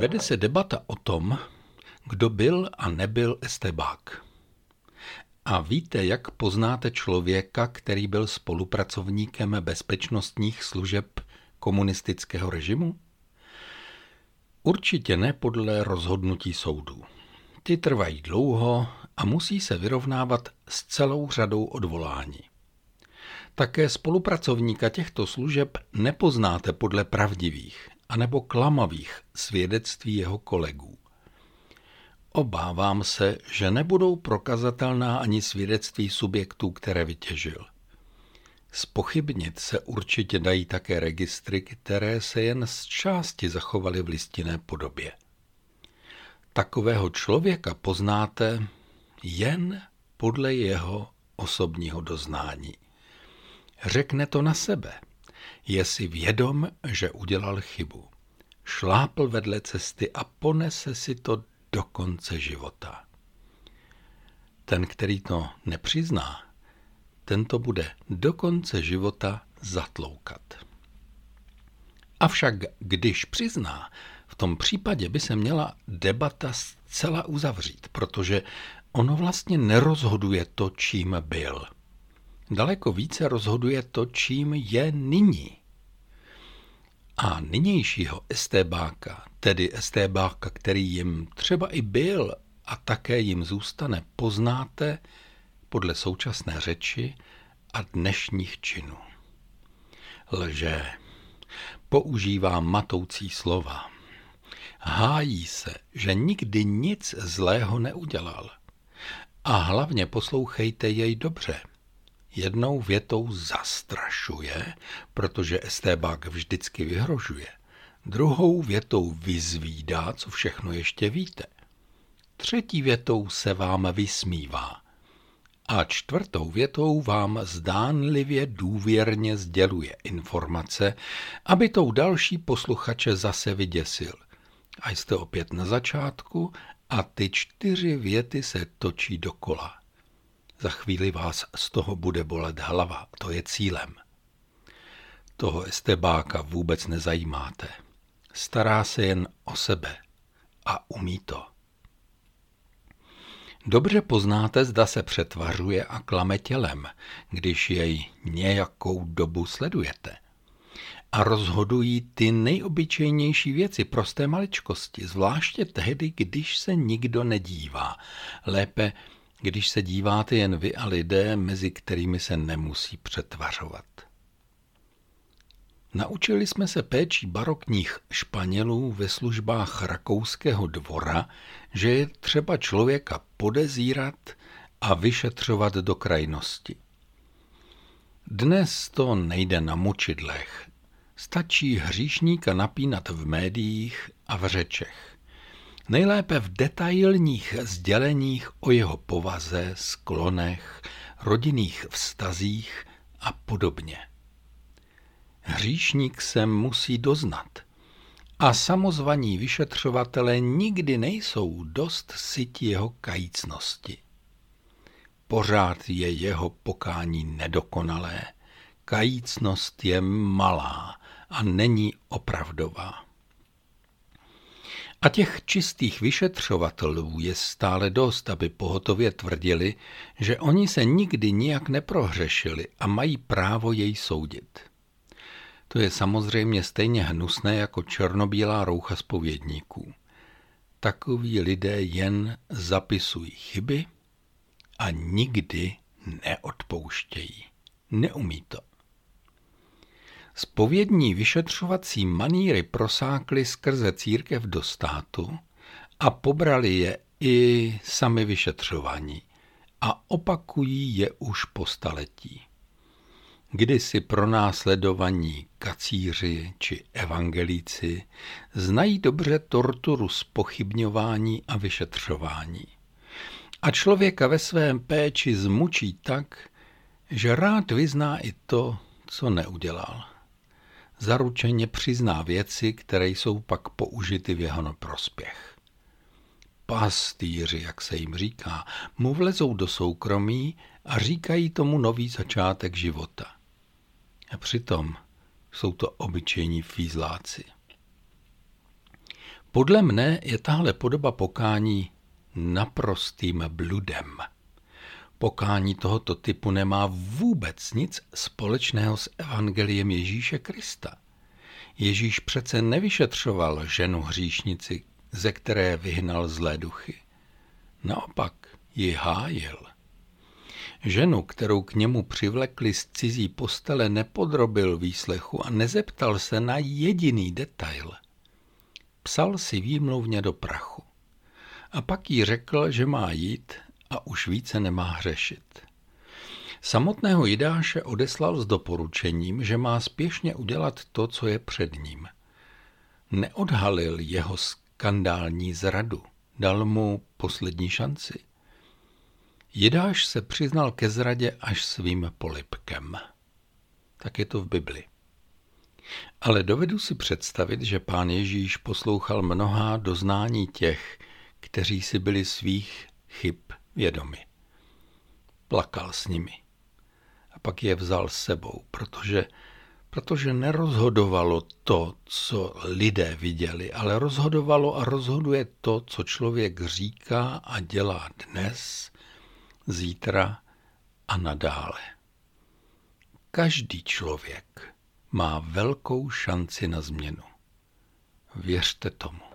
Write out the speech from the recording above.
Vede se debata o tom, kdo byl a nebyl estébák. A víte, jak poznáte člověka, který byl spolupracovníkem bezpečnostních služeb komunistického režimu? Určitě ne podle rozhodnutí soudů. Ty trvají dlouho a musí se vyrovnávat s celou řadou odvolání. Také spolupracovníka těchto služeb nepoznáte podle pravdivých anebo klamavých svědectví jeho kolegů. Obávám se, že nebudou prokazatelná ani svědectví subjektů, které vytěžil. Zpochybnit se určitě dají také registry, které se jen z části zachovaly v listinné podobě. Takového člověka poznáte jen podle jeho osobního doznání. Řekne to na sebe. Je si vědom, že udělal chybu. Šlápl vedle cesty a ponese si to do konce života. Ten, který to nepřizná, ten to bude do konce života zatloukat. Avšak když přizná, v tom případě by se měla debata zcela uzavřít, protože ono vlastně nerozhoduje to, čím byl. Daleko více rozhoduje to, čím je nyní. A nynějšího estébáka, tedy estébáka, který jim třeba i byl a také jim zůstane, poznáte podle současné řeči a dnešních činů. Lže, používá matoucí slova, hájí se, že nikdy nic zlého neudělal. A hlavně poslouchejte jej dobře. Jednou větou zastrašuje, protože estébák vždycky vyhrožuje. Druhou větou vyzvídá, co všechno ještě víte. Třetí větou se vám vysmívá. A čtvrtou větou vám zdánlivě důvěrně sděluje informace, aby tou další posluchače zase vyděsil. A jste opět na začátku a ty 4 věty se točí dokola. Za chvíli vás z toho bude bolet hlava, to je cílem. Toho estébáka vůbec nezajímáte. Stará se jen o sebe a umí to. Dobře poznáte, zda se přetvařuje a klame tělem, když jej nějakou dobu sledujete. A rozhodují ty nejobyčejnější věci, prosté maličkosti, zvláště tehdy, když se nikdo nedívá. Lépe, když se díváte jen vy a lidé, mezi kterými se nemusí přetvařovat. Naučili jsme se péčí barokních Španělů ve službách rakouského dvora, že je třeba člověka podezírat a vyšetřovat do krajnosti. Dnes to nejde na mučidlech. Stačí hříšníka napínat v médiích a v řečech. Nejlépe v detailních sděleních o jeho povaze, sklonech, rodinných vztazích a podobně. Hříšník se musí doznat a samozvaní vyšetřovatelé nikdy nejsou dost syti jeho kajícnosti. Pořád je jeho pokání nedokonalé, kajícnost je malá a není opravdová. A těch čistých vyšetřovatelů je stále dost, aby pohotově tvrdili, že oni se nikdy nijak neprohřešili a mají právo jej soudit. To je samozřejmě stejně hnusné jako černobílá roucha zpovědníků. Takoví lidé jen zapisují chyby a nikdy neodpouštějí. Neumí to. Zpovědní vyšetřovací maníry prosákly skrze církev do státu a pobrali je i sami vyšetřovaní a opakují je už po staletí. Kdysi pronásledovaní kacíři či evangelíci znají dobře torturu zpochybňování a vyšetřování. A člověka ve svém péči zmučí tak, že rád vyzná i to, co neudělal. Zaručeně přizná věci, které jsou pak použity v jeho prospěch. Pastýři, jak se jim říká, mu vlezou do soukromí a říkají tomu nový začátek života. A přitom jsou to obyčejní fízláci. Podle mne je tahle podoba pokání naprostým bludem. Pokání tohoto typu nemá vůbec nic společného s evangeliem Ježíše Krista. Ježíš přece nevyšetřoval ženu hříšnici, ze které vyhnal zlé duchy. Naopak ji hájil. Ženu, kterou k němu přivlekli z cizí postele, nepodrobil výslechu a nezeptal se na jediný detail. Psal si výmluvně do prachu. A pak jí řekl, že má jít a už více nemá hřešit. Samotného Jidáše odeslal s doporučením, že má spěšně udělat to, co je před ním. Neodhalil jeho skandální zradu, dal mu poslední šanci. Jidáš se přiznal ke zradě až svým polibkem. Tak je to v Bibli. Ale dovedu si představit, že Pán Ježíš poslouchal mnohá doznání těch, kteří si byli svých chyb vědomi. Plakal s nimi. A pak je vzal s sebou, protože nerozhodovalo to, co lidé viděli, ale rozhodovalo a rozhoduje to, co člověk říká a dělá dnes, zítra a nadále. Každý člověk má velkou šanci na změnu. Věřte tomu.